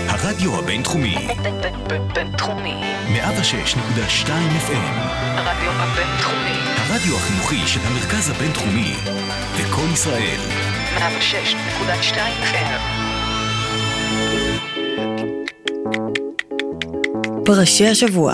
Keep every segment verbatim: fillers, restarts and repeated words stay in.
הרדיו הבינתחומי. בינתחומי. מאה ושש נקודה שתיים אף אם. הרדיו הבינתחומי. הרדיו החינוכי של המרכז הבינתחומי. וכל ישראל. מאה ושש נקודה שתיים אף אם. פרשי השבוע.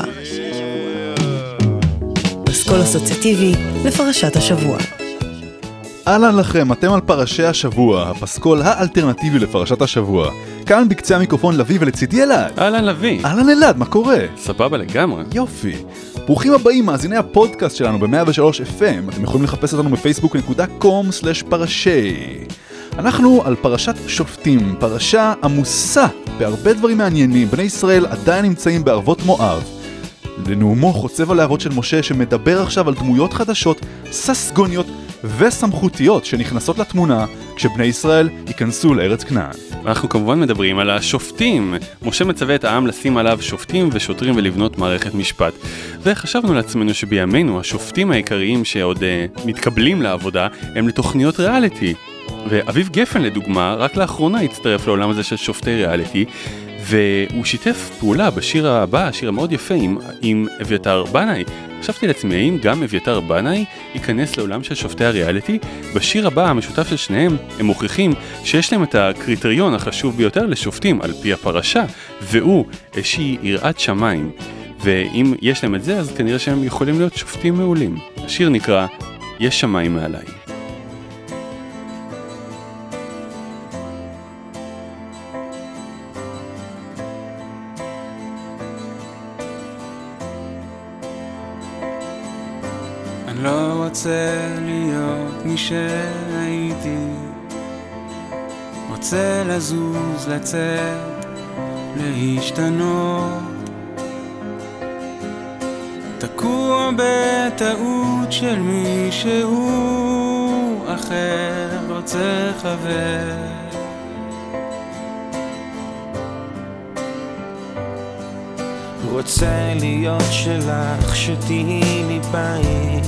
פסקול אסוציאטיבי לפרשת השבוע. אהלן לכם, אתם על פרשי השבוע, הפסקול האלטרנטיבי לפרשת השבוע. כאן בקצה המיקרופון לוי ולצידי אלעד. אהלן לוי. אהלן אלעד, מה קורה? סבבה לגמרי. יופי. ברוכים הבאים, מאזיני הפודקאסט שלנו ב-מאה ושלוש אף אם. אתם יכולים לחפש אותנו בפייסבוק נקודה קום סלש פרשי. אנחנו על פרשת שופטים, פרשה עמוסה בהרבה דברים מעניינים. בני ישראל עדיין נמצאים בערבות מואב. לנאומו חוצב הלהבות של משה שמדבר עכשיו על דמויות חדשות, ססגוניות וסמכותיות שנכנסות לתמונה כשבני ישראל ייכנסו לארץ כנען. אנחנו כמובן מדברים על השופטים. משה מצווה את העם לשים עליו שופטים ושוטרים ולבנות מערכת משפט. וחשבנו לעצמנו שבימינו השופטים העיקריים שעוד uh, מתקבלים לעבודה הם לתוכניות ריאליטי. ואביב גפן לדוגמה רק לאחרונה הצטרף לעולם הזה של שופטי ריאליטי, והוא שיתף פעולה בשיר הבא, השיר המאוד יפה עם, עם אביתר בנאי. חשבתי לעצמי, האם גם אביתר בנאי ייכנס לעולם של שופטי הריאליטי? בשיר הבא המשותף של שניהם הם מוכיחים שיש להם את הקריטריון החשוב ביותר לשופטים על פי הפרשה, והוא איזושהי יראת שמיים. ואם יש להם את זה, אז כנראה שהם יכולים להיות שופטים מעולים. השיר נקרא יש שמיים מעליי. אני לא רוצה להיות מי שהייתי, רוצה לזוז, לצאת, להשתנות, תקוע בטעות של מישהו אחר, רוצה חבר. רוצה להיות שלך, שתהי לי בית,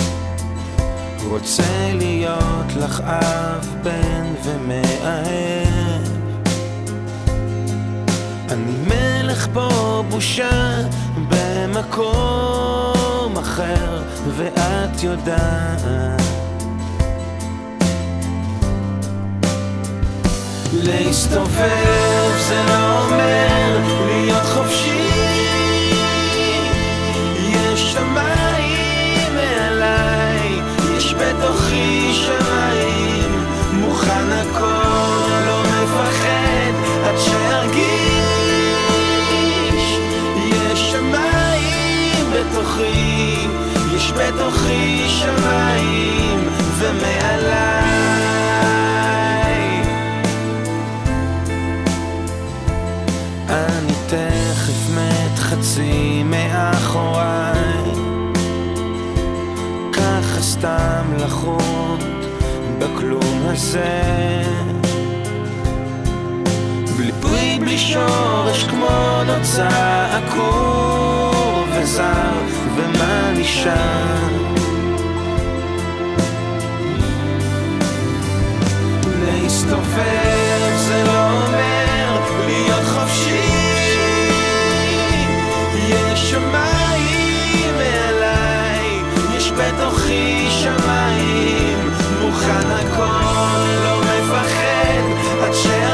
רוצה להיות לך אב, בן ומאהב. אני מלך פה בושה במקום אחר, ואת יודעת להסתובב זה לא אומר להיות חופשי. יש שמיים מעליי, יש בתוכי שמיים, מוכן הכל, לא מפחד עד שארגיש. יש שמיים בתוכי, יש בתוכי שמיים ומעליי. אני תכף מת חצי מאחוריי, ככה סתם לחוט בכלום הזה, בלי פרי בלי שורש, כמו נוצה עקור וזר, ומה נשאר? להסתובב זה לא אומר להיות חופשי. יש שמיים מעליי, יש בתוכי שמיים, מוכן הכל, לא מפחד עד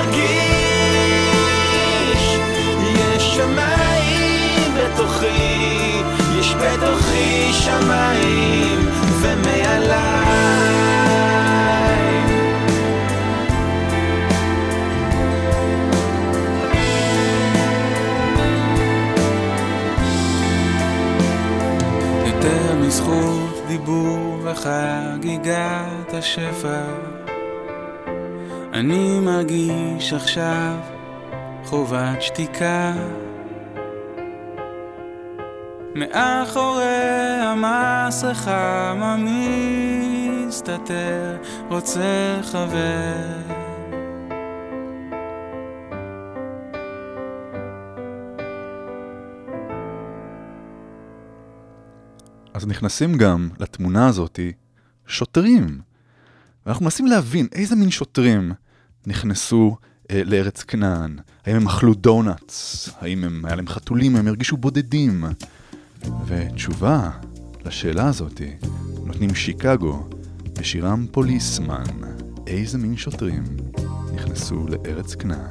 שארגיש. יש שמיים בתוכי, יש בתוכי שמיים ומעליי. יותר מזכות דיבור וחגיגת השפע, אני מרגיש עכשיו חובת שתיקה. מאחורי המסכה מה מסתתר, רוצה חבר. אז נכנסים גם לתמונה הזאת שוטרים. ואנחנו מנסים להבין איזה מין שוטרים נכנסו אה, לארץ כנען? האם הם אכלו דונאטס? האם הם, היה להם חתולים? הם הרגישו בודדים? ותשובה לשאלה הזאת נותנים שיקגו בשירם פוליסמן. איזה מין שוטרים נכנסו לארץ כנען?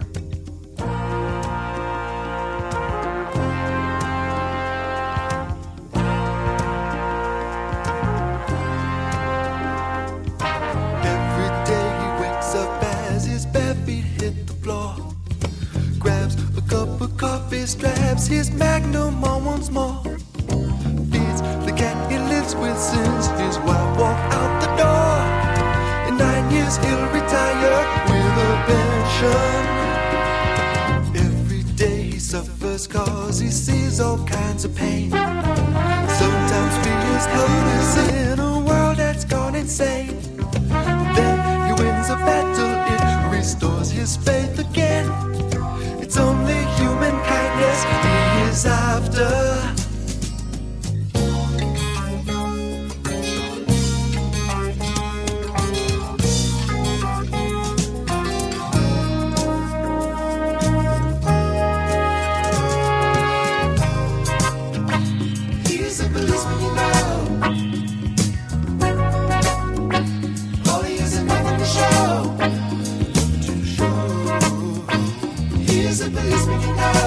Straps his magnum on once more. Feeds the cat he lives with since his wife walked out the door. In nine years he'll retire with a pension. Every day he suffers cause he sees all kinds of pain. Sometimes feels helpless in a world that's gone insane. Then he wins a battle, it restores his faith again. It's only human kindness he is after. He's a policeman, you know. All he is is nothing to show. To show. He's a policeman, you know.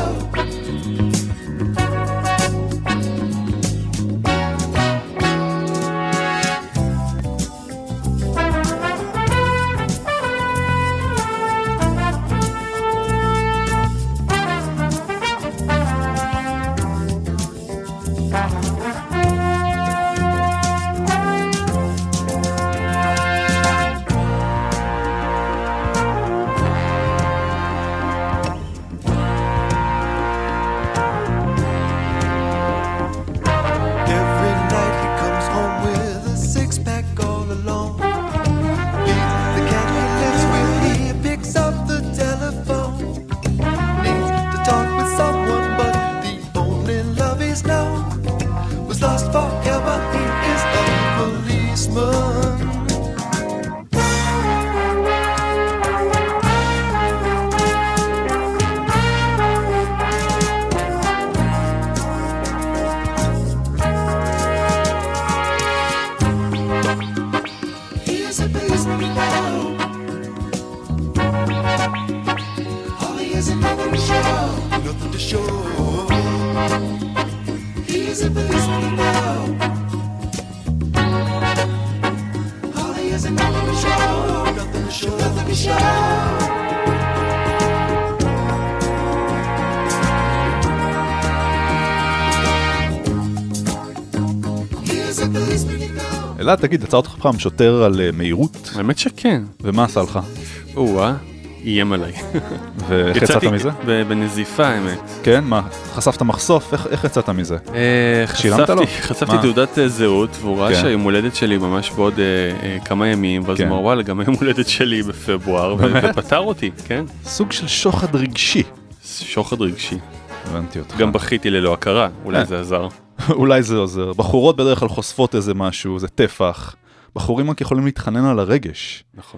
אלא, תגיד, יצא אותך פעם שוטר על מהירות? האמת שכן. ומה עשה לך? או-אה, איים עליי. ואיך יצאת מזה? בנזיפה, האמת. כן? מה? חשפת מחשוף? איך יצאת מזה? שילמת לו? חשפתי תעודת זהות, והוא ראה שהיום הולדת שלי ממש בעוד כמה ימים, ואז הוא אמר, וואלה, גם היום הולדת שלי בפברואר, ופתר אותי, כן? סוג של שוחד רגשי. שוחד רגשי. הבנתי אותך. גם בכיתי ללא הכרה, אולי זה עזר. אולי זה עוזר. בחורות בדרך כלל חושפות איזה משהו, זה טפח. בחורים רק יכולים להתחנן על הרגש. נכון.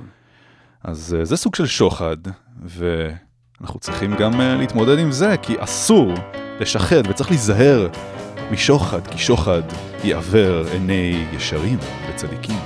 אז זה סוג של שוחד, ואנחנו צריכים גם להתמודד עם זה, כי אסור לשחד וצריך להיזהר משוחד, כי שוחד יעבר עיני ישרים וצדיקים.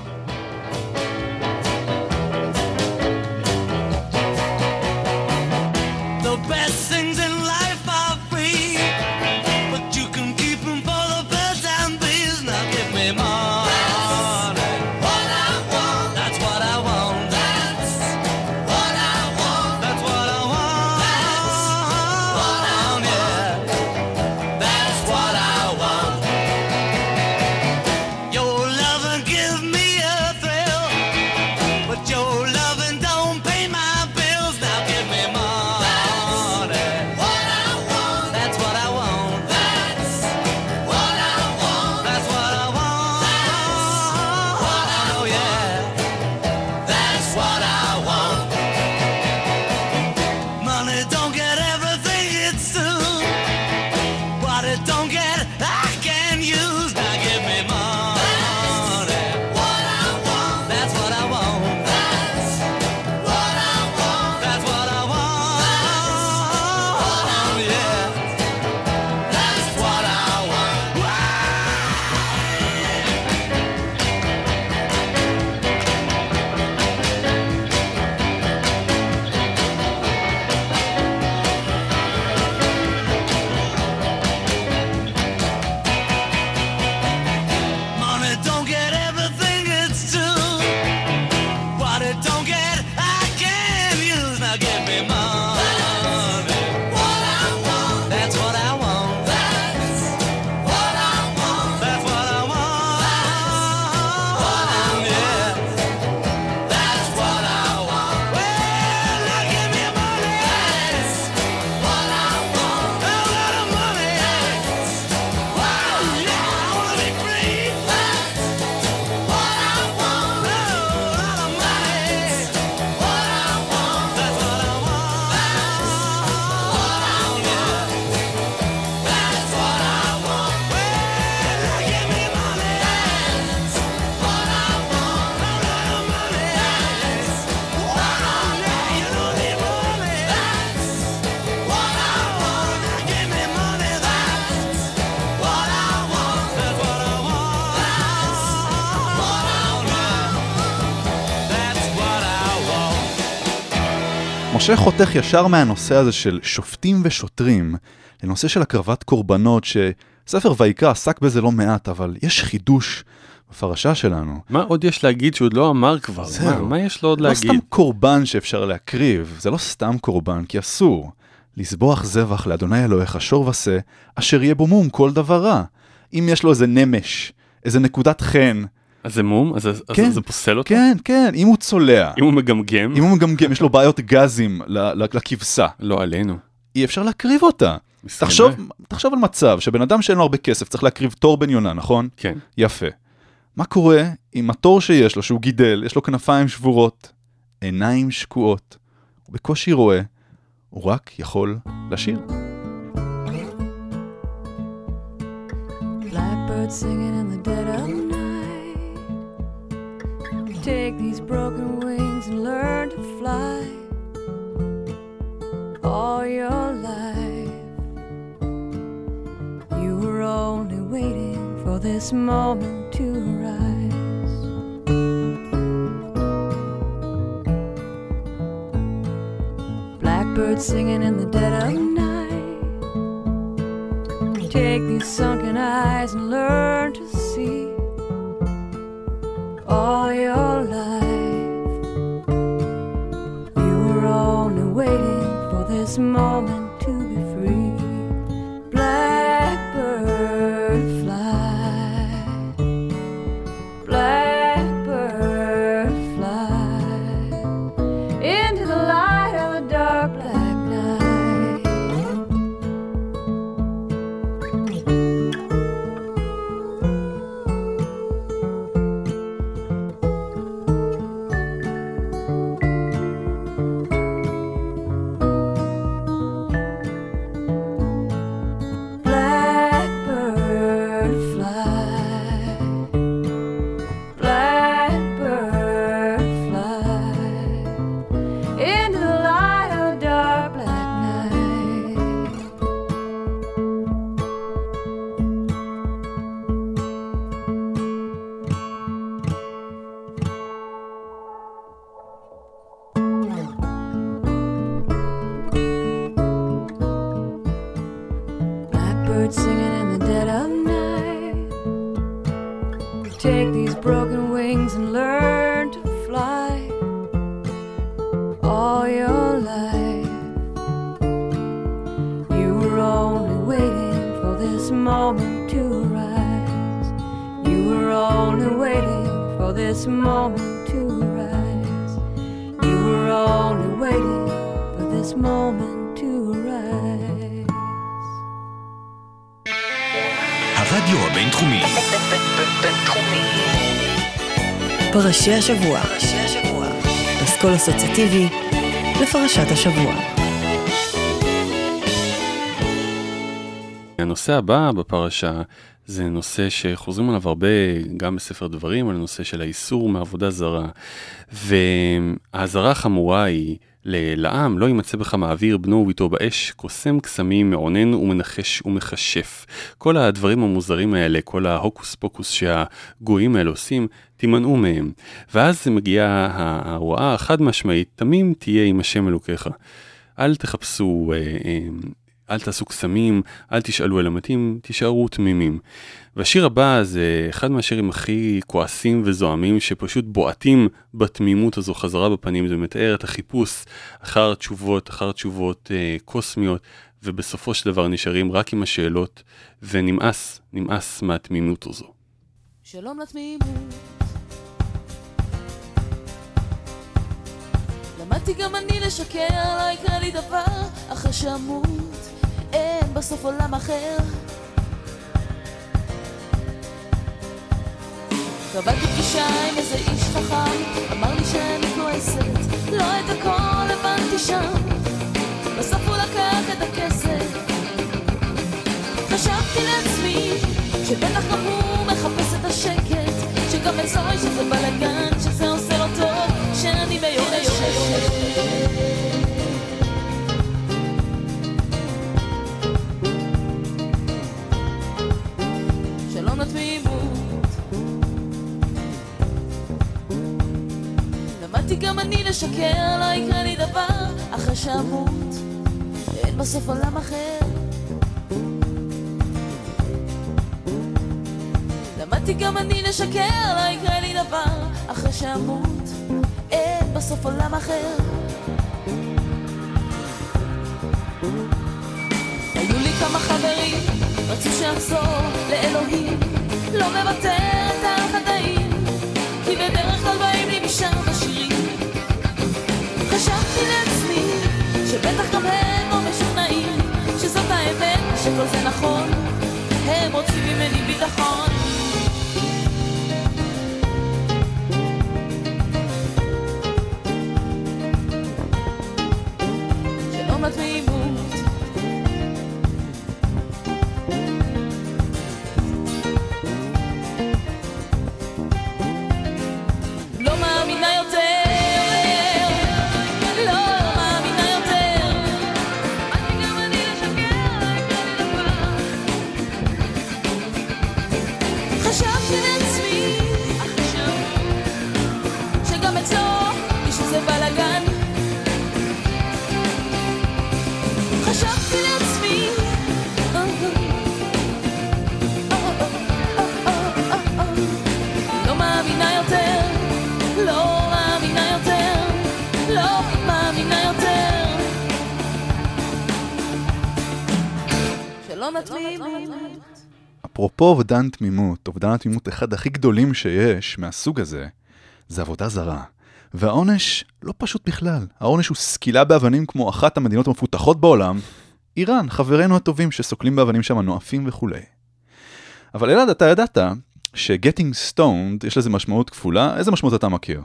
Your love and give me a משה חותך ישר מהנושא הזה של שופטים ושוטרים לנושא של הקרבת קורבנות, שספר ויקרא עסק בזה לא מעט, אבל יש חידוש בפרשה שלנו. מה עוד יש להגיד שהוא עוד לא אמר כבר? מה, מה יש לו עוד להגיד? לא סתם קורבן שאפשר להקריב, זה לא סתם קורבן, כי אסור לסבוח זבח לאדוני אלוהיך שור ושא, אשר יהיה בו מום כל דבר רע. אם יש לו איזה נמש, איזה נקודת חן, אז זה מום? אז, כן, אז זה פוסל אותו? כן, כן, אם הוא צולע. אם הוא מגמגם? אם הוא מגמגם, יש לו בעיות גזים לכבשה. לא עלינו. אי אפשר להקריב אותה. תחשוב, תחשוב על מצב שבן אדם שאין לו הרבה כסף צריך להקריב תור בן יונה, נכון? כן. יפה. מה קורה עם התור שיש לו, שהוא גידל, יש לו כנפיים שבורות, עיניים שקועות, הוא בקושי רואה, הוא רק יכול לשיר. Blackbird singing in the dead of night. Take these broken wings and learn to fly. All your life you were only waiting for this moment to rise. Blackbird singing in the dead of night. Take these sunken eyes and learn to see. All your life you were only waiting for this moment to be free. Blackbird fly, blackbird fly into the light of the dark black night. Singing in the dead of night. Take these broken wings and learn to fly. All your life you were only waiting for this moment to rise. You were only waiting for this moment to rise. You were only waiting for this moment to rise. הרדיו הבינתחומי. בינתחומי. פרשי השבוע. אסכול אסוציאטיבי לפרשת השבוע. הנושא הבא בפרשה זה נושא שחוזרים עליו הרבה גם בספר דברים, על הנושא של האיסור מעבודה זרה. וההזרה החמורה היא לעם, לא יימצא בך מעביר בנו וביתו באש, קוסם קסמים, מעונן ומנחש ומחשף. כל הדברים המוזרים האלה, כל ההוקוס פוקוס שהגויים האלה עושים, תימנעו מהם. ואז מגיעה ההוראה החד משמעית, תמים תהיה עם השם אלוקיך. אל תחפשו, אל תעשו קסמים, אל תשאלו אל המתים, תישארו תמימים. והשיר הבא זה אחד מהשירים הכי כועסים וזועמים, שפשוט בועטים בתמימות הזו חזרה בפנים. זה מתאר את החיפוש אחר תשובות, אחר תשובות אה, קוסמיות, ובסופו של דבר נשארים רק עם השאלות, ונמאס, נמאס מהתמימות הזו. שלום לתמימות, למדתי גם אני לשקר, לא יקרה לי דבר אחרי שמות, אין בסוף עולם אחר. קבלתי פגישה עם איזה איש חכם, אמר לי שאני כועסת, לא את הכל הבנתי שם, בסוף הוא לקח את הכסף. חשבתי לעצמי שבטח גם הוא מחפש את השקט, שגם אזוי שזה בלגן, שזה עושה לו טוב, שאני מיואשת. שלום לתמימות, למדתי גם אני לשקר, לא יקרה לי דבר אחרי שאמות אין בסוף עולם אחר. למדתי גם אני לשקר, לא יקרה לי דבר אחרי שאמות אין בסוף עולם אחר. היו לי כמה חברים, רצו שאחזור לאלוהים, לא מוותרת על חטאים, כי בדרך כלל באים לי משם בשירים. חשבתי לעצמי שבטח גם הם לא משוכנעים שזאת האמת, שכל זה נכון, הם רוצים ממני ביטחון. שלום לתמימות, לא מאמינה יותר, לא מאמינה יותר. אני גם אני לשקר, חשבתי לעצמי עכשיו שגם אצלו יש איזה בלגן. חשבתי לעצמי לא מאמינה יותר, לא מאמינה יותר, לא מאמינה יותר. שלום לתמימות. אפרופו אובדן תמימות, אובדן התמימות אחד הכי גדולים שיש מהסוג הזה, זה עבודה זרה. והעונש לא פשוט בכלל. העונש הוא סקילה באבנים כמו אחת המדינות המפותחות בעולם, איראן, חברינו הטובים שסוקלים באבנים שם נואפים וכו'. אבל אלעד, אתה ידעת ש-getting stoned יש לזה משמעות כפולה. איזה משמעות אתה מכיר?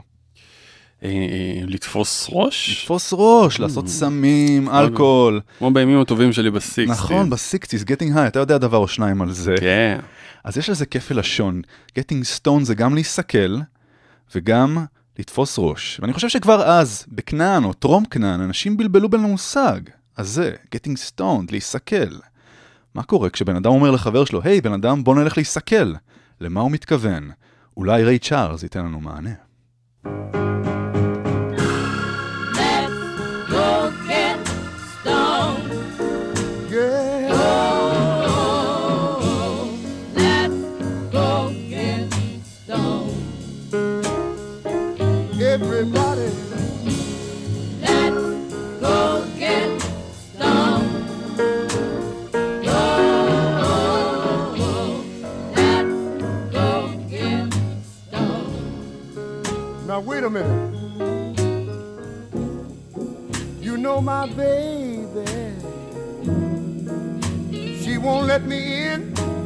לתפוס ראש? לתפוס ראש, לעשות סמים, אלכוהול. כמו בימים הטובים שלי בסיקסטיז. נכון, בסיקסטיז, getting high, אתה יודע דבר או שניים על זה. כן. אז יש לזה כפל לשון. getting stoned זה גם להיסקל, וגם לתפוס ראש. ואני חושב שכבר אז, בכנען או טרום כנען, אנשים בלבלו בין המושג. אז זה, getting stoned, להיסקל. מה קורה כשבן אדם אומר לחבר שלו, היי, בן אדם, בוא נלך להיסקל. למה הוא מתכוון? אולי ריי צ'ארלס ייתן לנו מענה. Everybody, let's go get stoned. Go, let's go get stoned. Now wait a minute. You know my baby, she won't let me in.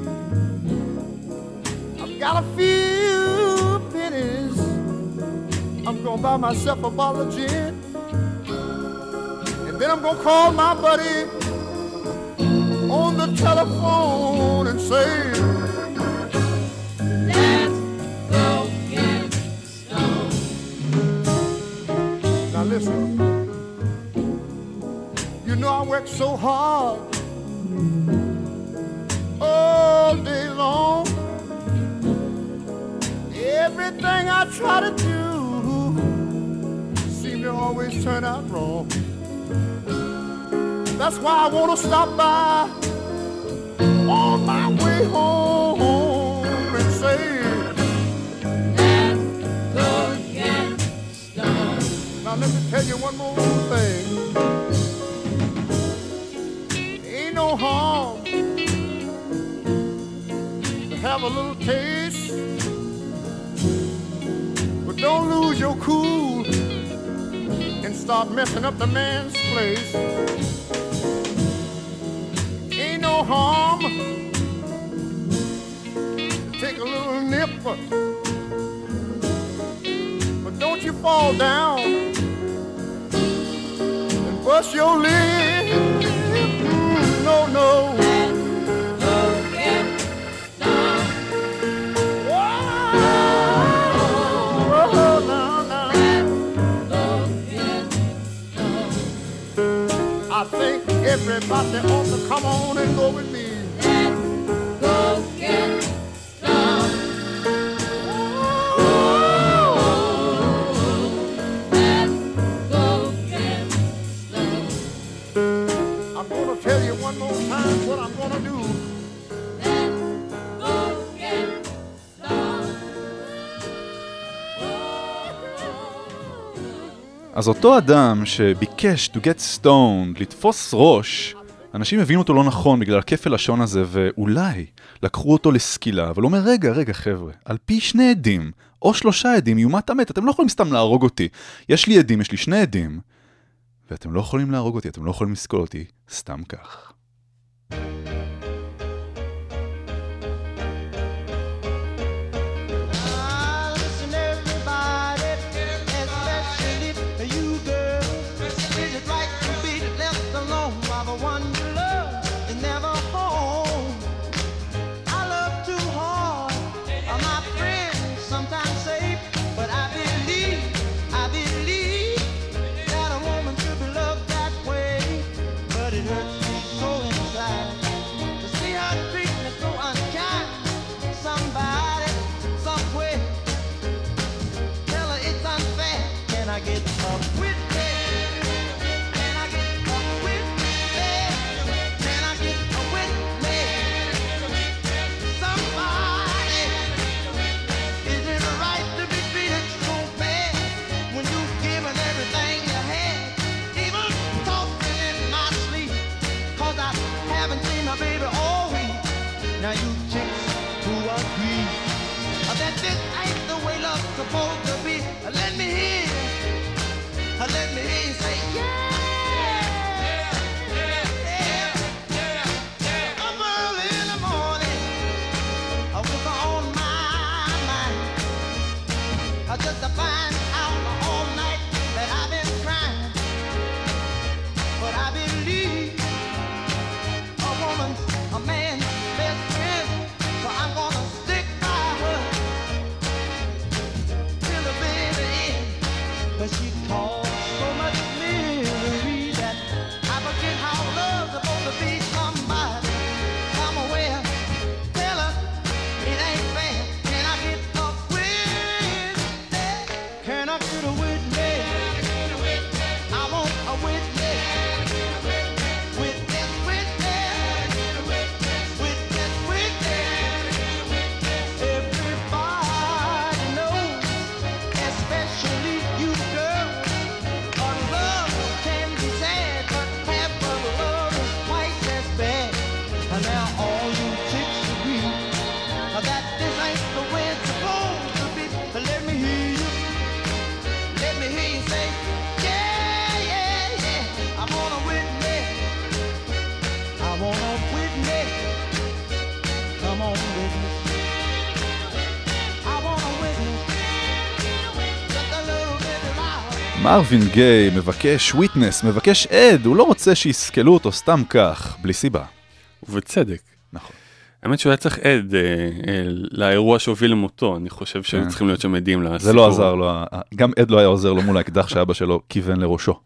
I've got a few pennies, I'm gonna buy myself a bottle of gin, and then I'm gonna call my buddy on the telephone and say, let's go get stoned. Now listen, you know I work so hard all day long. Everything I try to do seem to always turn out wrong. That's why I want to stop by on my way home and say, let's go get stoned. Now let me tell you one more thing. Ain't no harm to have a little taste, but don't lose your cool and start messing up the man's place. Ain't no harm to take a little nip, but don't you fall down and bust your lip. Mm, no, no. I think everybody ought to come on and go with me. Let's go get stoned. Let's go get stoned. here's what I'm gonna do. אז אותו אדם שביקש to get stoned, לתפוס ראש, אנשים הבינו אותו לא נכון בגלל הכפל לשון הזה, ואולי לקחו אותו לסקילה, אבל הוא אומר, רגע, רגע חבר'ה, על פי שני עדים, או שלושה עדים, יומת המת, אתם לא יכולים סתם להרוג אותי. יש לי עדים, יש לי שני עדים, ואתם לא יכולים להרוג אותי, אתם לא יכולים לסקול אותי, סתם כך. מרווין גיי מבקש וויטנס, מבקש עד, הוא לא רוצה שיסקלו אותו סתם כך, בלי סיבה. ובצדק. נכון. האמת שהוא היה צריך עד אה, אה, לאירוע שהוביל למותו, אני חושב שהיו צריכים להיות שם עדים לסיפור. זה לא עזר לו, גם עד לא היה עוזר לו מול האקדח שאבא שלו כיוון לראשו.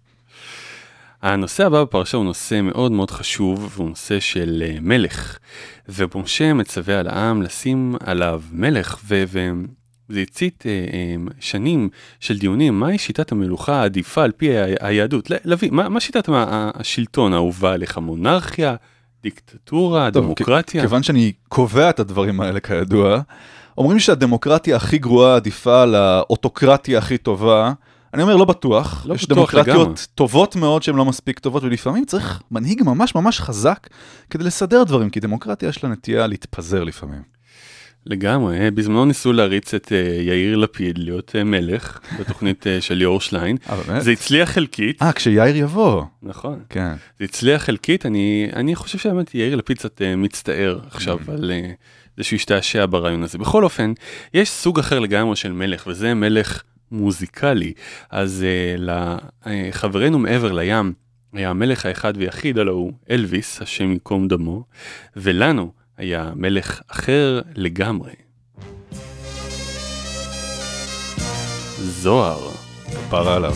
הנושא הבא בפרשה הוא נושא מאוד מאוד חשוב, והוא נושא של uh, מלך, ומשה מצווה על העם לשים עליו מלך, ו... ו- זה הצית אה, אה, שנים של דיונים, מהי שיטת המלוכה העדיפה על פי ה- היהדות? להביא, מה, מה שיטת השלטון האהובה עליך? מונרכיה, דיקטטורה, טוב, דמוקרטיה? כ- כיוון שאני קובע את הדברים האלה כידוע, אומרים שהדמוקרטיה הכי גרועה עדיפה לאוטוקרטיה הכי טובה. אני אומר לא בטוח, לא יש בטוח דמוקרטיות לגמרי. טובות מאוד שהן לא מספיק טובות, ולפעמים צריך מנהיג ממש ממש חזק כדי לסדר דברים, כי דמוקרטיה יש לה נטייה להתפזר לפעמים. לגמרי, בזמנו ניסו להריץ את יאיר לפיד להיות מלך בתוכנית של ליאור שליין. זה הצליח חלקית. אה, כשיאיר יבוא. נכון. כן. זה הצליח חלקית, אני, אני חושב שהאמת יאיר לפיד קצת מצטער עכשיו על זה שהוא השתעשע ברעיון הזה. בכל אופן, יש סוג אחר לגמרי של מלך, וזה מלך מוזיקלי. אז לחברנו מעבר לים, היה המלך האחד ויחיד, הלא הוא אלוויס, השם יקום דמו, ולנו היה מלך אחר לגמרי. זוהר. פרה עליו.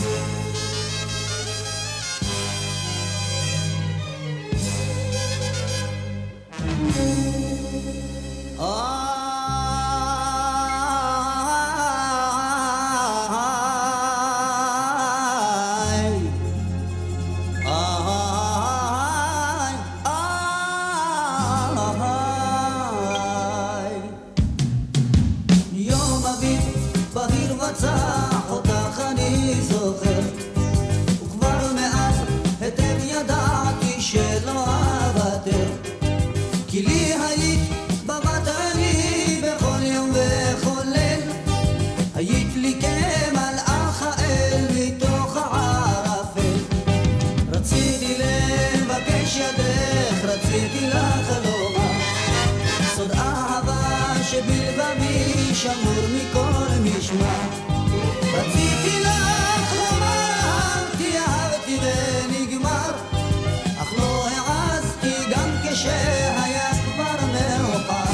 שמור מכל משמע. רציתי לך לומר אהבתי אהבתי ונגמר, אך לא העזתי גם כשהיה כבר מאוחר.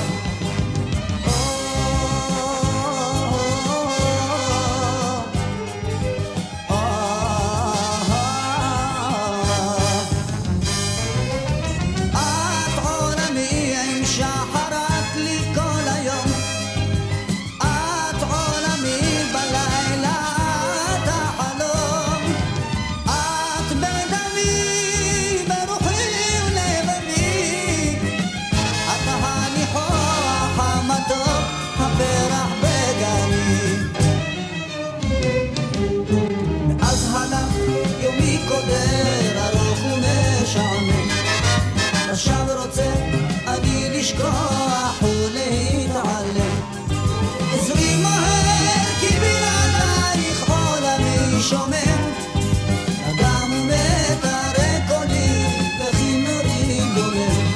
עכשיו רוצה אני לשכוח ולהתעלם, עזרי מהר כי בלעדייך עולמי שומם, אדם ומתארק קולי וכינורי דומם.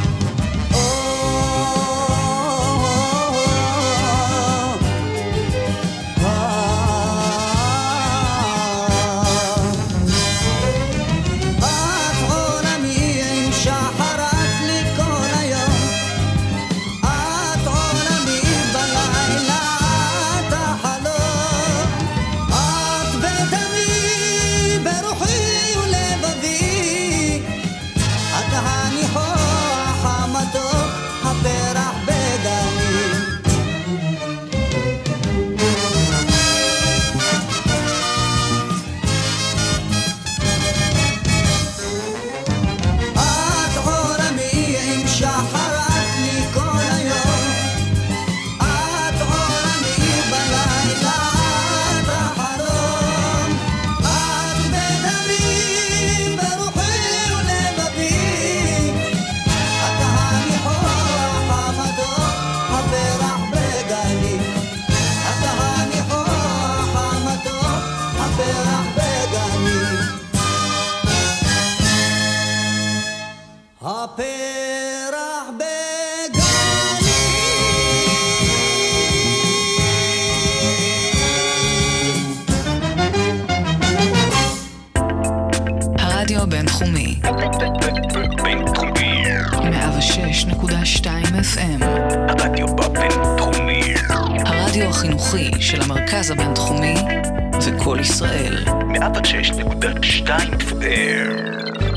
הרדיו הבינתחומי בינתחומי מאה ושש נקודה שתיים אף אם. הרדיו הבינתחומי, הרדיו החינוכי של המרכז הבינתחומי וכל ישראל מאה ושש נקודה שתיים אף אם.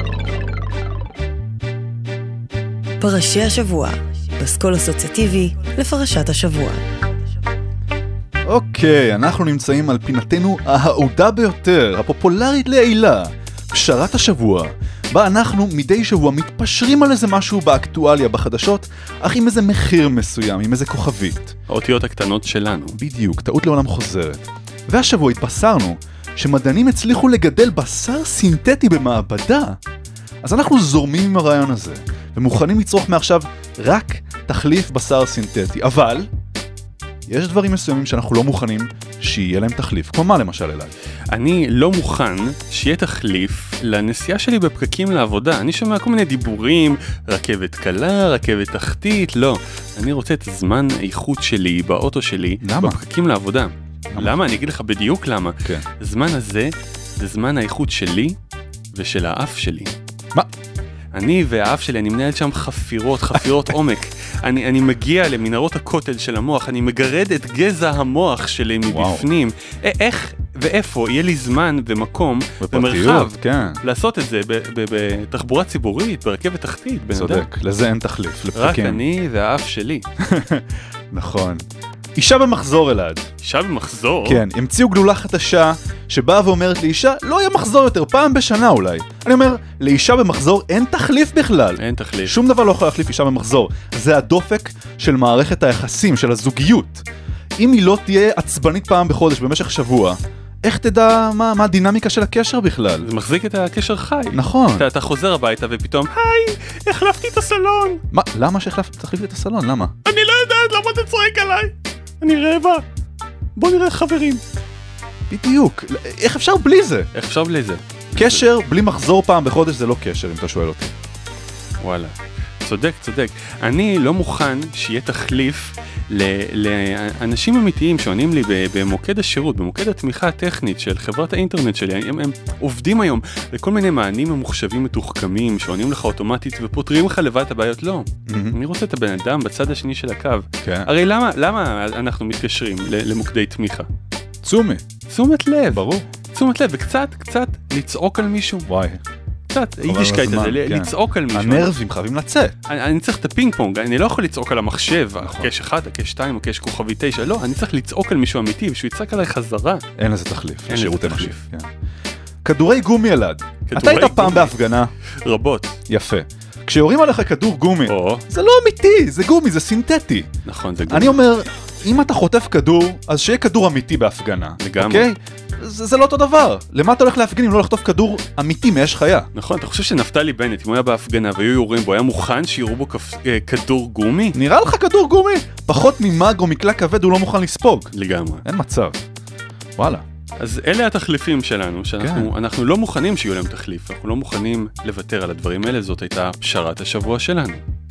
פרשי השבוע, פסקול אסוציאטיבי לפרשת השבוע. אוקיי, אנחנו נמצאים על פינתנו האהודה ביותר, הפופולרית לעילה, פשרת השבוע, בה אנחנו מדי שבוע מתפשרים על איזה משהו באקטואליה בחדשות, אך עם איזה מחיר מסוים, עם איזה כוכבית. האותיות הקטנות שלנו. בדיוק, טעות לעולם חוזרת. והשבוע התבשרנו שמדענים הצליחו לגדל בשר סינתטי במעבדה. אז אנחנו זורמים עם הרעיון הזה, ומוכנים לצרוך מעכשיו רק תחליף בשר סינתטי. אבל יש דברים מסוימים שאנחנו לא מוכנים שיהיה להם תחליף. כמו מה למשל, אלעד? אני לא מוכן שיהיה תחליף לנסיעה שלי בפקקים לעבודה. אני שומע כל מיני דיבורים, רכבת קלה, רכבת תחתית, לא. אני רוצה את זמן האיכות שלי באוטו שלי. למה? בפקקים לעבודה. למה? למה? אני אגיד לך בדיוק למה. כן. הזמן הזה זה זמן האיכות שלי ושל האף שלי. מה? אני והאף שלי, אני מנהל שם חפירות, חפירות עומק. אני, אני מגיע למנהרות הכותל של המוח, אני מגרד את גזע המוח שלי מבפנים. א- איך ואיפה יהיה לי זמן ומקום ומרחב כן. לעשות את זה בתחבורה ציבורית, ברכבת תחתית. צודק, לזה אין תחליף, לפקקים. רק אני והאף שלי. נכון. אישה במחזור, אלעד. אישה במחזור? כן, המציאו גלולה חדשה שבאה ואומרת לאישה, לא יהיה מחזור יותר, פעם בשנה אולי. אני אומר, לאישה במחזור אין תחליף בכלל. אין תחליף. שום דבר לא יכול להחליף אישה במחזור. זה הדופק של מערכת היחסים, של הזוגיות. אם היא לא תהיה עצבנית פעם בחודש במשך שבוע, איך תדע מה, מה הדינמיקה של הקשר בכלל? זה מחזיק את הקשר חי. נכון. אתה, אתה חוזר הביתה ופתאום, היי, החלפתי את הסלון. מה, למה שהחלפתי תחליפי את הסלון? למה? אני לא יודעת למה אתה צועק עליי. אני רעבה. בוא נראה חברים. בדיוק. איך אפשר בלי זה? איך אפשר בלי זה? קשר בלי מחזור פעם בחודש זה לא קשר, אם אתה שואל אותי. וואלה. צודק, צודק. אני לא מוכן שיהיה תחליף לאנשים אמיתיים שעונים לי במוקד השירות, במוקד התמיכה הטכנית של חברת האינטרנט שלי, הם, הם עובדים היום לכל מיני מענים ממוחשבים מתוחכמים שעונים לך אוטומטית ופותרים לך לבד את הבעיות. לא, mm-hmm. אני רוצה את הבן אדם בצד השני של הקו. Okay. הרי למה, למה אנחנו מתקשרים למוקדי תמיכה? תשומת. תשומת לב. ברור. תשומת לב, וקצת, קצת לצעוק על מישהו. וואי. קצת, יידישקייט הזה, לצעוק על מישהו. הנרבים חייבים לצאת. אני צריך את הפינג פונג, אני לא יכול לצעוק על המחשב, הקש אחד, הקש שתיים, הקש כוכבי תשע, לא, אני צריך לצעוק על מישהו אמיתי, ושהוא יצעק עליי חזרה. אין לזה תחליף, אין לזה תחליף. כדורי גומי ילד. אתה היית פעם בהפגנה? רבות. יפה. כשיורים עליך כדור גומי, זה לא אמיתי, זה גומי, זה סינתטי. נכון, זה גומי. אני אומר, אם אתה חוטף כדור, אז שיהיה כדור אמיתי בהפגנה. לגמרי. אוקיי? זה, זה לא אותו דבר. למה אתה הולך להפגין אם לא לחטוף כדור אמיתי מאש חיה? נכון, אתה חושב שנפתלי בנט, אם הוא היה בהפגנה והיו יורים בו, היה מוכן שיורו בו כפ... כדור גומי? נראה לך כדור גומי? פחות ממג או מקלע כבד הוא לא מוכן לספוג. לגמרי. אין מצב. וואלה. אז אלה התחליפים שלנו, שאנחנו כן. אנחנו לא מוכנים שיהיו להם תחליף, אנחנו לא מוכנים לוותר על הדברים האלה, זאת הייתה פשרת השבוע שלנו.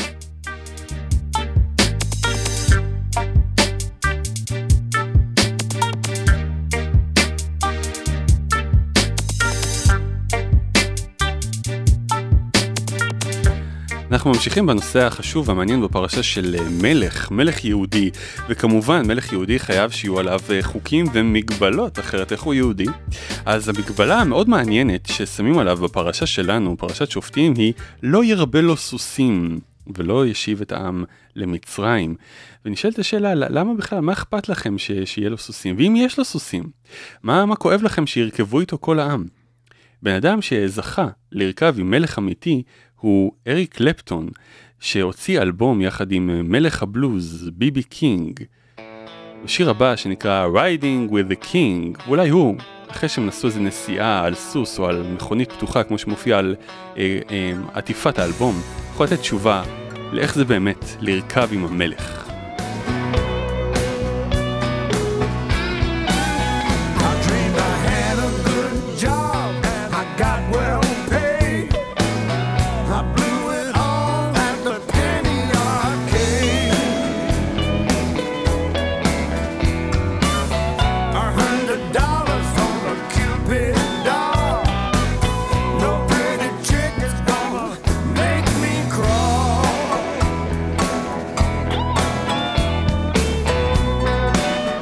אנחנו ממשיכים בנושא החשוב והמעניין בפרשה של מלך, מלך יהודי, וכמובן מלך יהודי חייב שיהיו עליו חוקים ומגבלות, אחרת איך הוא יהודי. אז המגבלה המאוד מעניינת ששמים עליו בפרשה שלנו, פרשת שופטים, היא לא ירבה לו סוסים ולא ישיב את העם למצרים. ונשאלת השאלה, למה בכלל, מה אכפת לכם ש- שיהיה לו סוסים? ואם יש לו סוסים, מה, מה כואב לכם שירכבו איתו כל העם? בן אדם שזכה לרכב עם מלך אמיתי, הוא אריק קלפטון, שהוציא אלבום יחד עם מלך הבלוז, ביבי קינג. השיר הבא שנקרא Riding with the King, ואולי הוא, אחרי שהם נסו איזו נסיעה על סוס או על מכונית פתוחה, כמו שמופיע על אה, אה, עטיפת האלבום, יכול לתת תשובה לאיך זה באמת לרכב עם המלך.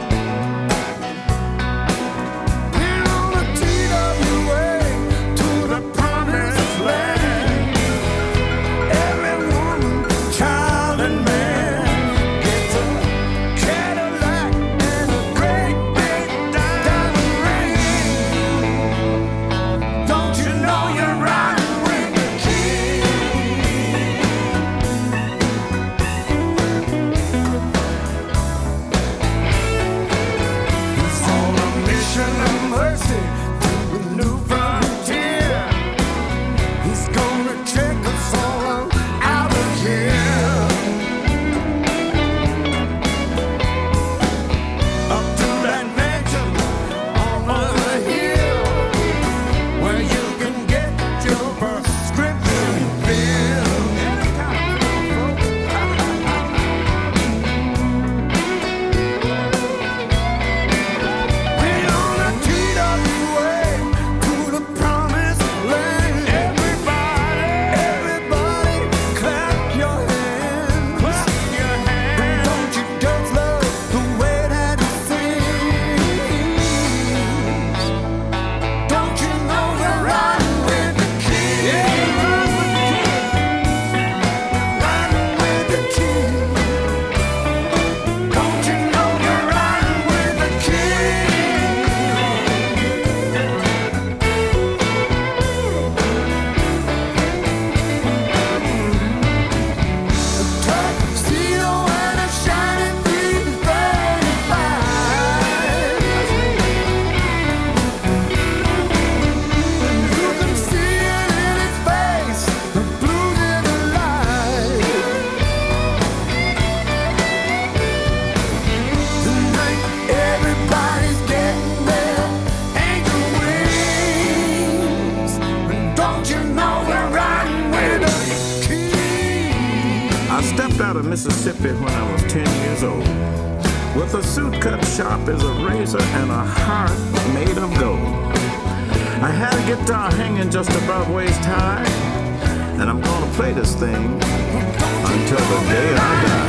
To stepped out of Mississippi when I was ten years old, with a suit cut sharp as a razor and a heart made of gold. I had a guitar hanging just above waist high, and I'm gonna play this thing until the day I die.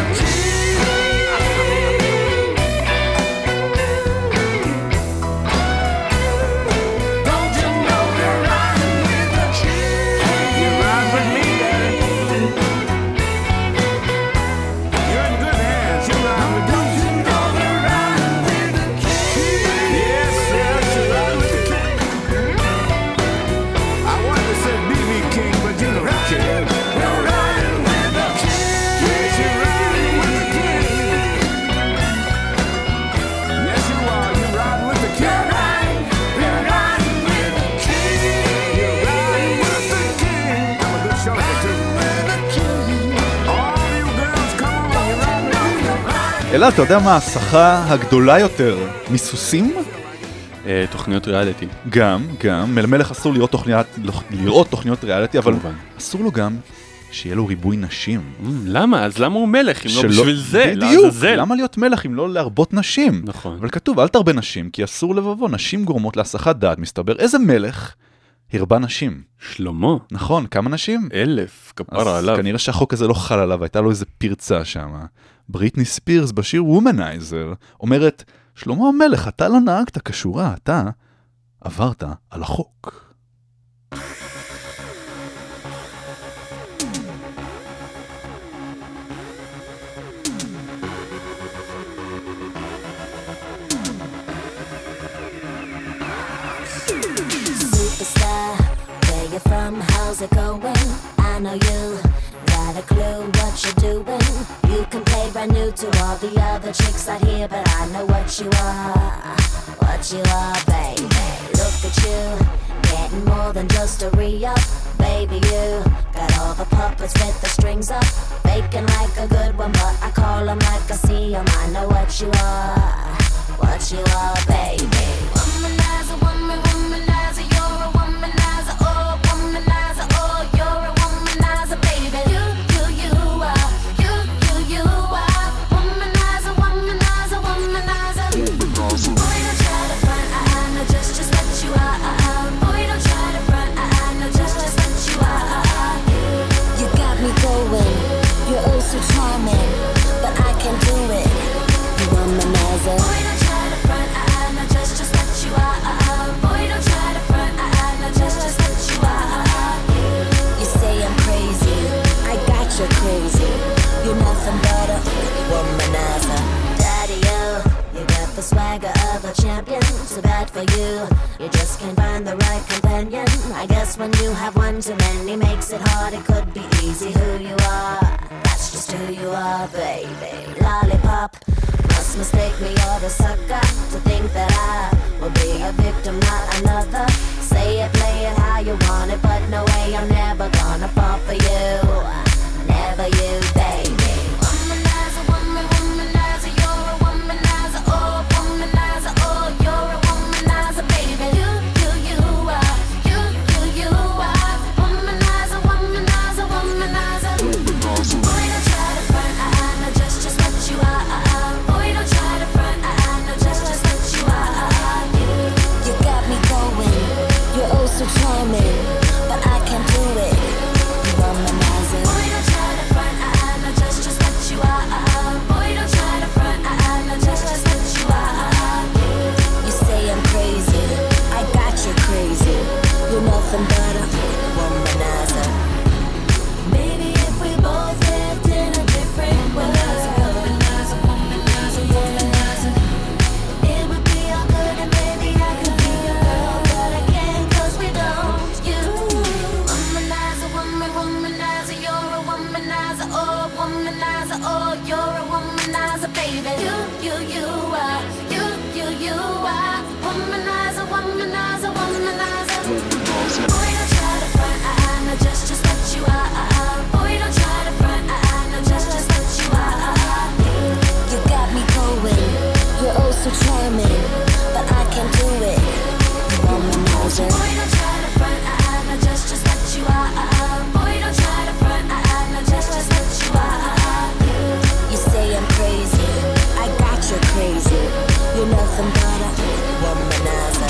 אלא, אתה יודע מה ההסחה הגדולה יותר מסוסים? תוכניות ריאליטי. גם, גם. מלמלך אסור לראות תוכניות, לראות תוכניות ריאליטי, אבל אסור לו גם שיהיה לו ריבוי נשים. למה? אז למה הוא מלך אם לא בשביל זה? בדיוק. למה להיות מלך אם לא להרבות נשים? נכון. אבל כתוב, אל תרבה נשים, כי אסור לבבו. נשים גורמות להסחת דעת. מסתבר, איזה מלך הרבה נשים? שלמה. נכון, כמה נשים? אלף, כפרה עליו. אז כנראה שהחוק הזה לא חל עליו, הייתה לו איזה פרצה שם. בריטני ספירס בשיר וומנייזר אומרת, שלמה המלך, אתה לא נהגת כשורה, אתה עברת על החוק. Superstar, where you from, how's it going? I know you got a clue what you're doing. You can play brand new to all the other chicks out here, but I know what you are, what you are, baby. Look at you, getting more than just a re-up. Baby, you got all the puppets with the strings up, faking like a good one, but I call them like I see them. I know what you are, what you are, baby. Womanizer, woman, womanizer, you're a womanizer, oh, womanizer, oh, you're a womanizer, baby. You, you, you are, you, you, you are, womanizer, womanizer, womanizer. Boy, don't try to front, I, I know just, just what you are, uh, uh. Boy, don't try to front, I, I know just, just what you are, uh, uh. You got me going, you're oh so charming, but I can't do it, you womanizer. Boy, don't try to front, I, I know just, just what you are, uh, uh. Boy, don't try to front, I, I know just, just what you are, uh, uh. You say I'm crazy, I got you crazy, you're nothing but a womanizer. Daddy, you, you got the swagger of a champion, too bad for you, you just can't find the right companion. I guess when you have one too many makes it hard, it could be easy who you are, that's just who you are, baby. Lollipop, must mistake me or the sucker to think that I will be a victim, not another. Say it, play it how you want it, but no way, I'm never gonna fall for you, never you, baby. Womanizer, woman, womanizer, you're a womanizer, oh, womanizer, oh, you're a womanizer, baby. You, you, you are, you, you, you are, womanizer, womanizer, womanizer. Boy, don't try to front, I, I know just, just what you are, uh, uh. Boy, don't try to front, I, I know just, just what you are, uh, uh. You got me going, you're oh so charming, but I can't do it, you womanizer. Boy, don't try to front, I, I know just, just what you are, uh, uh. Boy, don't try to front, I, I know just, just what you are, uh, uh. You say I'm crazy, I got you crazy, you're nothing but a womanizer. Maybe if we both lived in a different world, womanizer, womanizer, womanizer, it would be all good and maybe I could be your girl, but I can't 'cause we don't. You, womanizer, woman, womanizer, you're a womanizer, oh, womanizer, oh, you're a womanizer, baby. You, you, you are, you, you, you are, womanizer, womanizer, womanizer. Boy, don't try to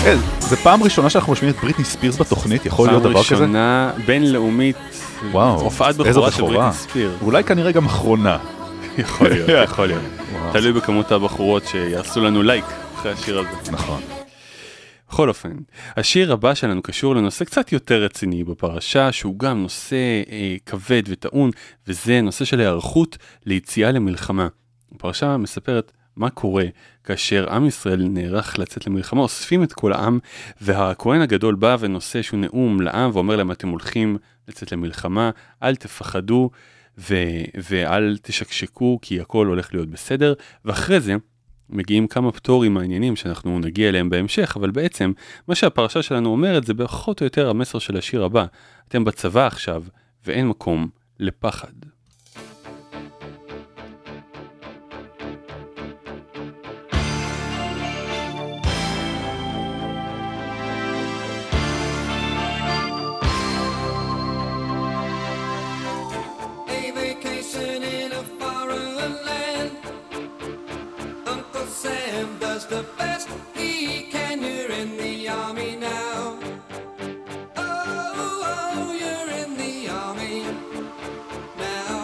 רחל, זה פעם ראשונה שאנחנו משמיעים את בריטני ספירס בתוכנית, יכול להיות דבר כזה? פעם ראשונה בינלאומית, הופעת בכורה של בריטני ספירס. ואולי כנראה גם אחרונה. יכול להיות, יכול להיות. תלוי בכמות הבחורות שיעשו לנו לייק אחרי השיר הזה. נכון. בכל אופן, השיר הבא שלנו קשור לנושא קצת יותר רציני בפרשה, שהוא גם נושא אה, כבד וטעון, וזה נושא של היערכות ליציאה למלחמה. הפרשה מספרת מה קורה כאשר עם ישראל נערך לצאת למלחמה, אוספים את כל העם, והכהן הגדול בא ונושא שהוא נאום לעם, ואומר להם, אתם הולכים לצאת למלחמה, אל תפחדו, ו- ואל תשקשקו, כי הכל הולך להיות בסדר, ואחרי זה, מגיעים כמה פטורים מעניינים שאנחנו נגיע אליהם בהמשך, אבל בעצם מה שהפרשה שלנו אומרת זה פחות או יותר המסר של השיר הבא. אתם בצבא עכשיו ואין מקום לפחד. The best he can, you're in the army now. Oh, oh, you're in the army now.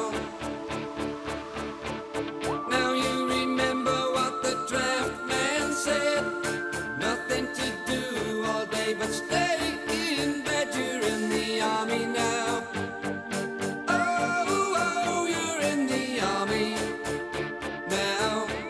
Now you remember what the draft man said. Nothing to do all day but stay in bed. You're in the army now. Oh, oh, you're in the army now.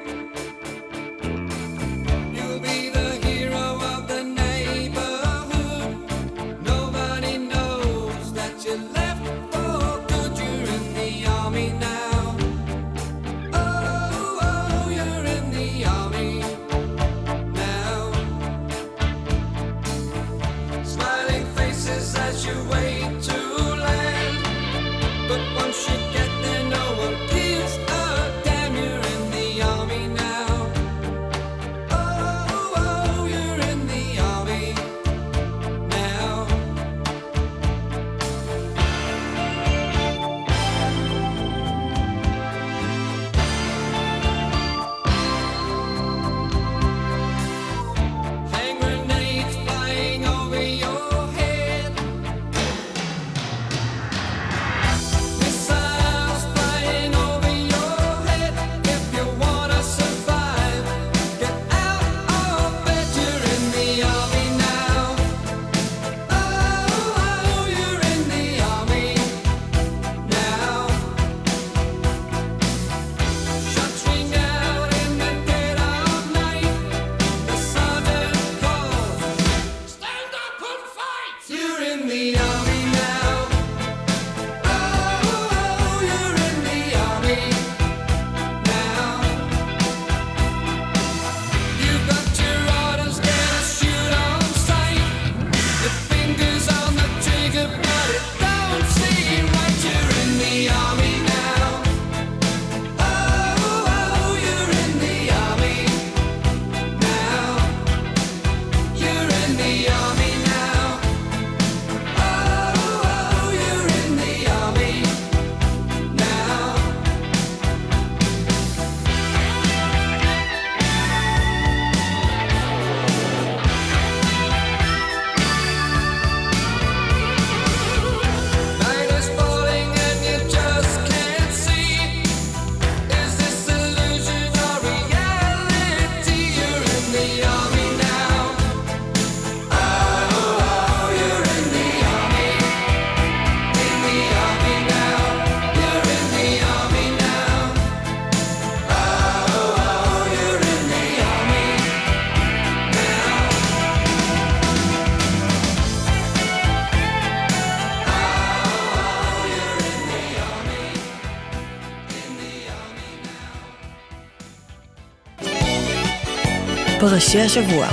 פרשי השבוע,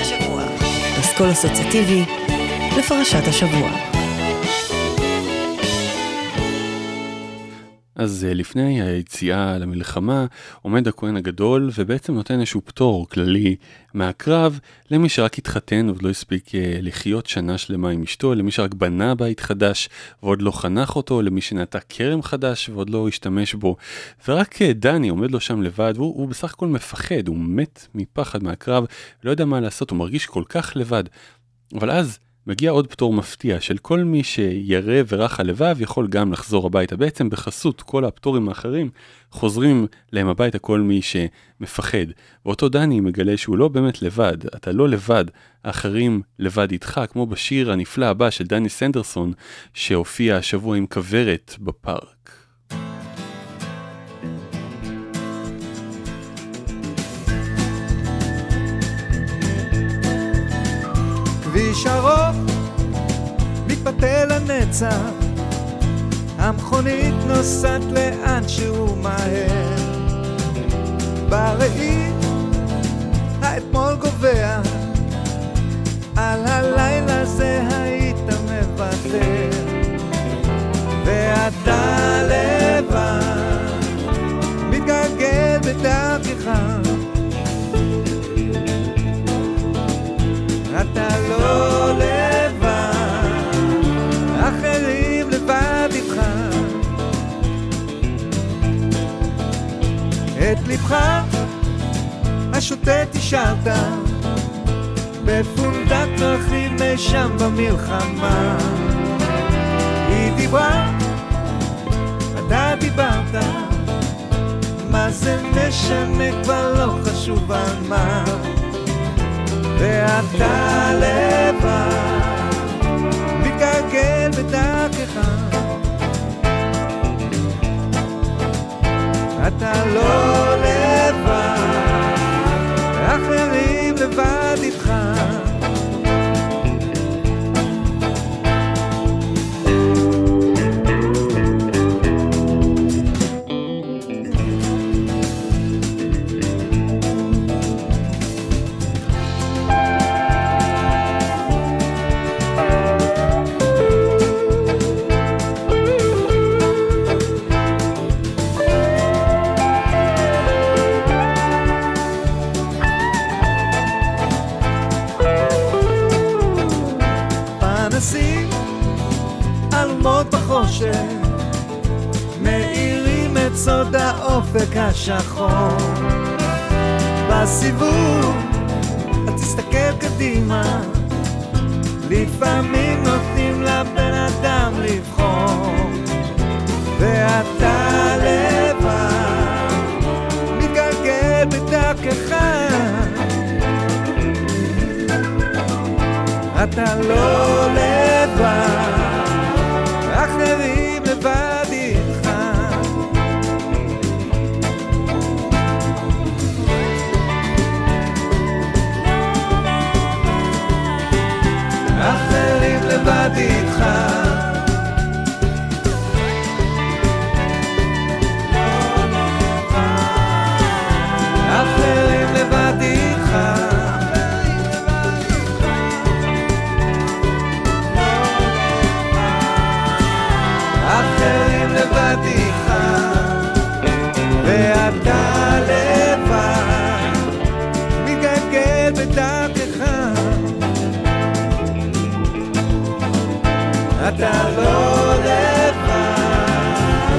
פסקול אסוציאטיבי לפרשת השבוע. אז לפני היציאה למלחמה עומד הכהן הגדול ובעצם נותן איזשהו פטור כללי מהקרב למי שרק התחתן ועוד לא הספיק לחיות שנה שלמה עם אשתו, למי שרק בנה בית חדש ועוד לא חנך אותו, למי שנעתה כרם חדש ועוד לא השתמש בו. ורק דני עומד לו שם לבד, והוא הוא בסך הכל מפחד, הוא מת מפחד מהקרב, לא יודע מה לעשות, הוא מרגיש כל כך לבד. אבל אז מגיע עוד פטור מפתיע של כל מי שירא ורח הלבב יכול גם לחזור הביתה. בעצם בחסות כל הפטורים האחרים חוזרים להם הביתה כל מי שמפחד. ואותו דני מגלה שהוא לא באמת לבד, אתה לא לבד, האחרים לבד איתך, כמו בשיר הנפלא הבא של דני סנדרסון שהופיע השבוע עם כברת בפארק. כביש ארוך מתפתל לנצח, המכונית נוסעת לאן שהוא מהר, בראי האתמול גובע, על הלילה זה היית מוותר, ואתה לבד מתגלגל בדרכך, אתה לא לבד, אחרים לבד איתך, את לבך השוטט השארת בפונדק דרכים משם במלחמה, היא דיברה, אתה דיברת, מה זה משנה כבר לא חשוב על מה, ואתה לבד מתגלגל בדרכך, אתה לא לבד, אחרים לבד איתך, מאירים את סוד האופק השחור, בסיבוב את תסתכל קדימה, לפעמים נותנים לבן אדם לבחור, ואתה לבד מתגלגל בדרכך, אתה לא לבד, אחרים לבד איתך, אחרים לבד איתך, אחרים לבד איתך, אחרים לבד איתך, ואתה לבד מתגלגל בדרכך, אתה לא לבד.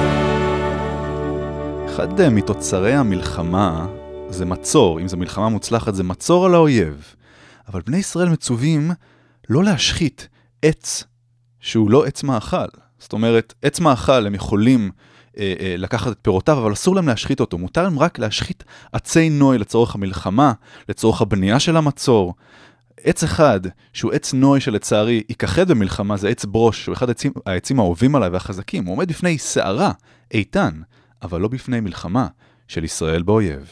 אחד מתוצרי המלחמה זה מצור, אם זו מלחמה מוצלחת זה מצור על האויב, אבל בני ישראל מצווים לא להשחית עץ שהוא לא עץ מאכל. זאת אומרת, עץ מאכל הם יכולים אה, אה, לקחת את פירותיו, אבל אסור להם להשחית אותו. מותר להם רק להשחית עצי נוי לצורך המלחמה, לצורך הבנייה של המצור. עץ אחד, שהוא עץ נוי שלצערי ייכחד במלחמה, זה עץ ברוש, שהוא אחד העצים, העצים האהובים עליי והחזקים. הוא עומד בפני שערה, איתן, אבל לא בפני מלחמה של ישראל באויב.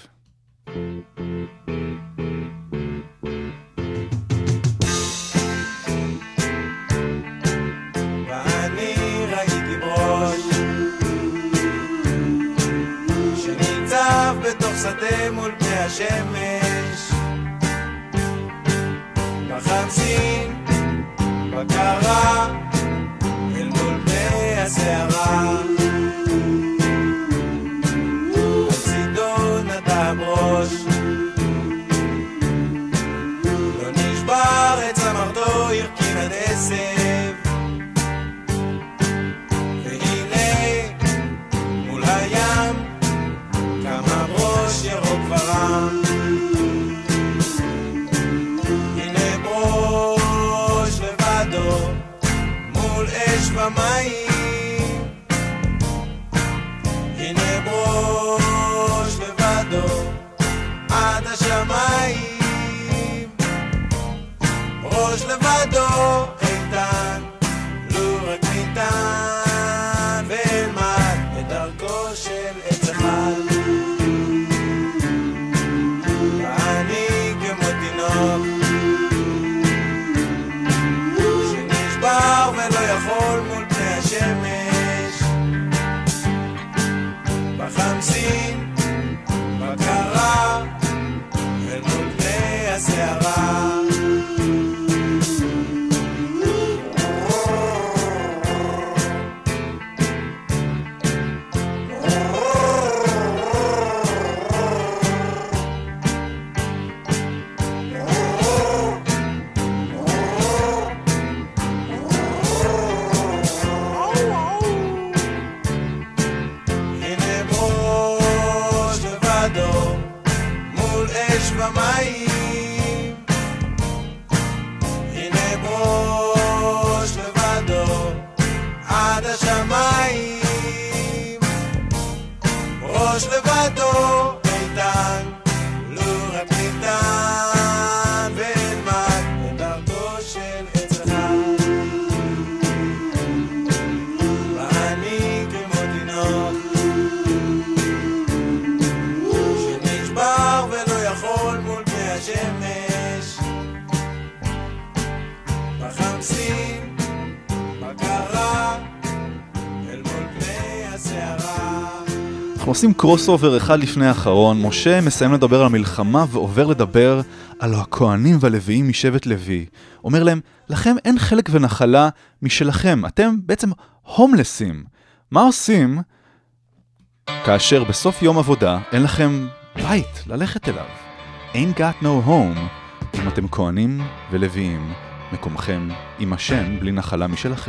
בתוך שדה מול פני השמש, בחמסין, בקרה, אל מול פני הסערה, מול אש ומים. הנה ברוש לבדו עד השמיים, ראש לבדו איתן, לו רק ניתן, ואלמד את דרכו של עץ אחד. ואני כמו תינוק שנשבר ולא יכול מול פני השמש, בחמסין, בקרה, אל מול פני הסערה. במים, הנה ברוש לבדו עד השמיים, ראש לבדו איתן, לו רק ניתן, ואלמד את דרכו של עץ אחד. ואני כמו תינוק שנשבר ולא יכול מול פני השמש, בחמסין, בקרה, אל מול פני הסערה. אנחנו עושים קרוס אובר אחד לפני האחרון. משה מסיים לדבר על המלחמה ועובר לדבר על הכהנים והלוויים משבט לוי. אומר להם, לכם אין חלק ונחלה משלכם, אתם בעצם הומלסים. מה עושים כאשר בסוף יום עבודה אין לכם בית ללכת אליו? Ain't got no home. אם אתם כהנים ולוויים, מקומכם עם השם בלי נחלה משלכם.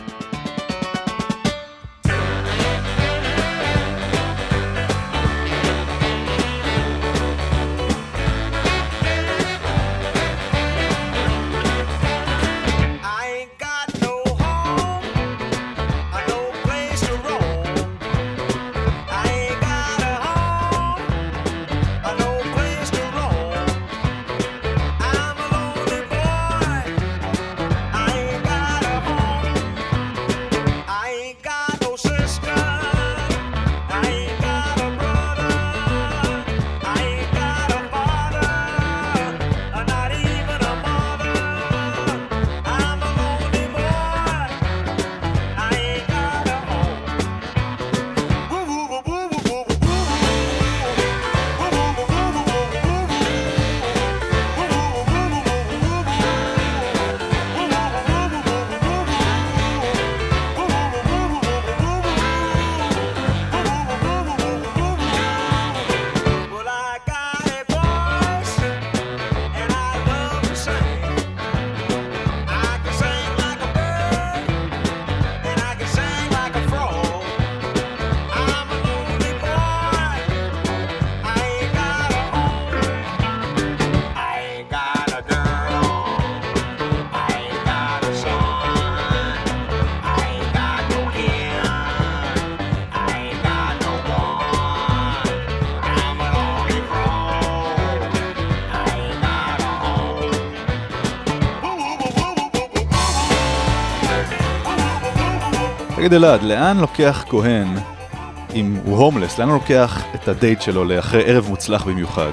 תגיד אלעד, לאן לוקח כהן, אם הוא הומלס, לאן הוא לוקח את הדייט שלו לאחרי ערב מוצלח במיוחד?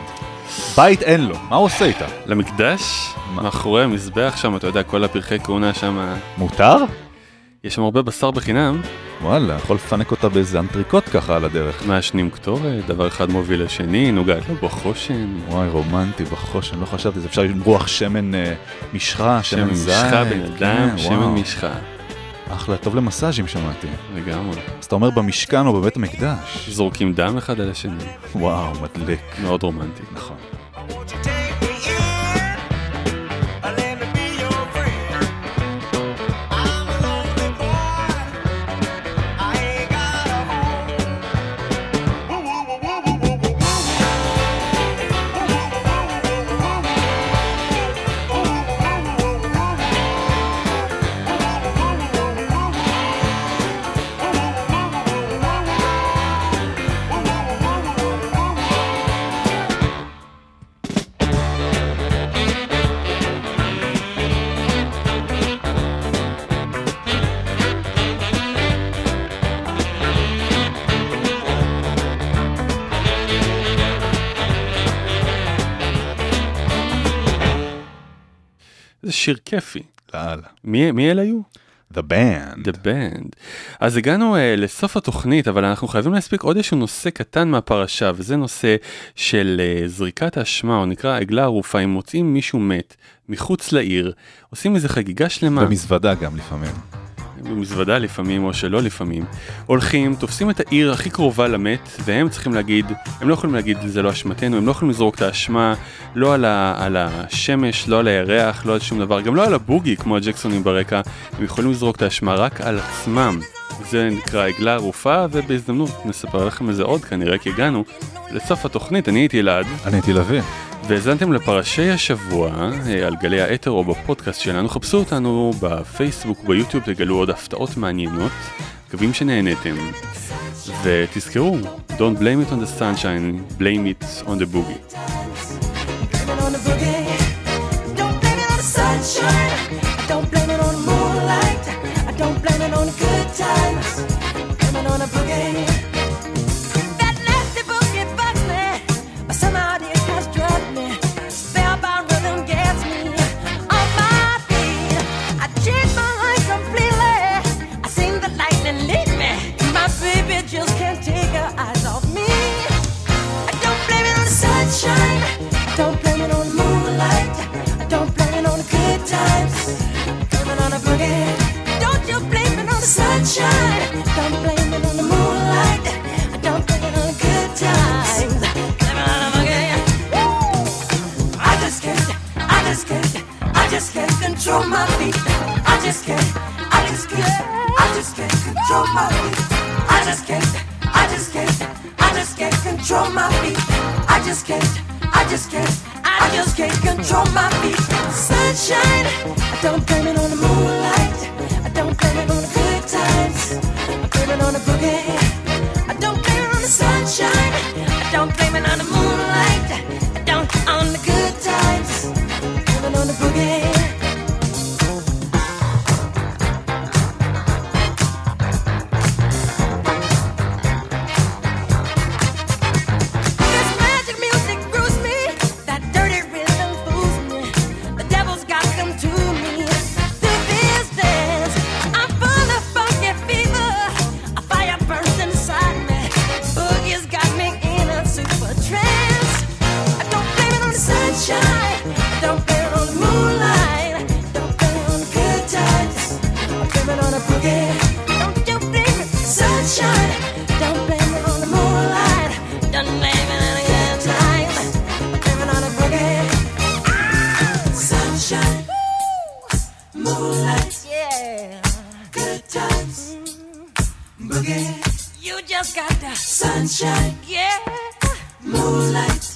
בית אין לו, מה הוא עושה איתה? למקדש? מאחורי המזבח שם, אתה יודע, כל הפרחי כהונה שם. מותר? יש שם הרבה בשר בחינם. וואלה, יכול לפנק אותה באיזה אנטריקוט ככה על הדרך. מעשנים קטורת, דבר אחד מוביל לשני, נוגעת לו בחושן. וואי, רומנטי בחושן, לא חשבתי, זה אפשר למרוח שמן אה, משחה, שמן, שמן זית. משחה בן אדם, כן, שמן וואו. משחה. אחלה, טוב למסאז'ים שמעתי. לגמרי. אז אתה אומר במשכן או בבית המקדש. זורקים דם אחד על השני. וואו, מדליק. מאוד רומנטי. נכון. שיר כיפי. לאללה. מי, מי אלה היו? The Band. The Band. אז הגענו uh, לסוף התוכנית, אבל אנחנו חייבים להספיק עוד איזשהו נושא קטן מהפרשה, וזה נושא של uh, זריקת האשמה, או נקרא עגלה ערופה. אם מוצאים מישהו מת מחוץ לעיר, עושים איזו חגיגה שלמה. במזוודה גם לפעמים. במזוודה לפעמים או שלא לפעמים, הולכים, תופסים את העיר הכי קרובה למת, והם צריכים להגיד, הם לא יכולים להגיד זה לא אשמתנו, הם לא יכולים לזרוק את האשמה, לא על, ה, על השמש, לא על הירח, לא על שום דבר, גם לא על הבוגי כמו הג'קסונים ברקע, הם יכולים לזרוק את האשמה רק על עצמם. זה נקרא עגלה ערופה, ובהזדמנות נספר לכם איזה עוד, כנראה כי הגענו לסוף התוכנית. אני הייתי אלעד. אני הייתי לוי. והזנתם לפרשי השבוע על גלי האתר או בפודקאסט שלנו. חפשו אותנו בפייסבוק, ביוטיוב, תגלו עוד הפתעות מעניינות. מקווים שנהנתם. ותזכרו, don't blame it on the sunshine, blame it on the boogie. Blame it on the boogie. Don't blame it on the sunshine. Don't blame it on the moonlight. Don't blame it on the good times. Blame it on the boogie. That nasty boogie bugs me. Somehow it has drugged me. Spellbound rhythm gets me on my feet. I changed my life completely. I seen the lightning lead me. My baby just can't take her eyes off me. I don't blame it on the sunshine. I don't blame it on the moonlight. I don't blame it on the good times. Blame it on the boogie. Don't you blame it on the sunshine. Don't blame it on the moonlight. I don't blame it on the good times. Blame it on the boogie. I just can't, I just can't, I just can't control my feet. I just can't, I just can't, I just can't control my feet. I just can't, I just can't, I just can't control my feet. I just can't, I just can't, I just can't control my feet. Sunshine, I don't blame it on the moonlight. I don't blame it on the good times. I blame it on the boogie. I don't blame it on the sunshine. I don't blame it on the moonlight. I don't on the good times. I blame it on the boogie. Sunshine, yeah, moonlight.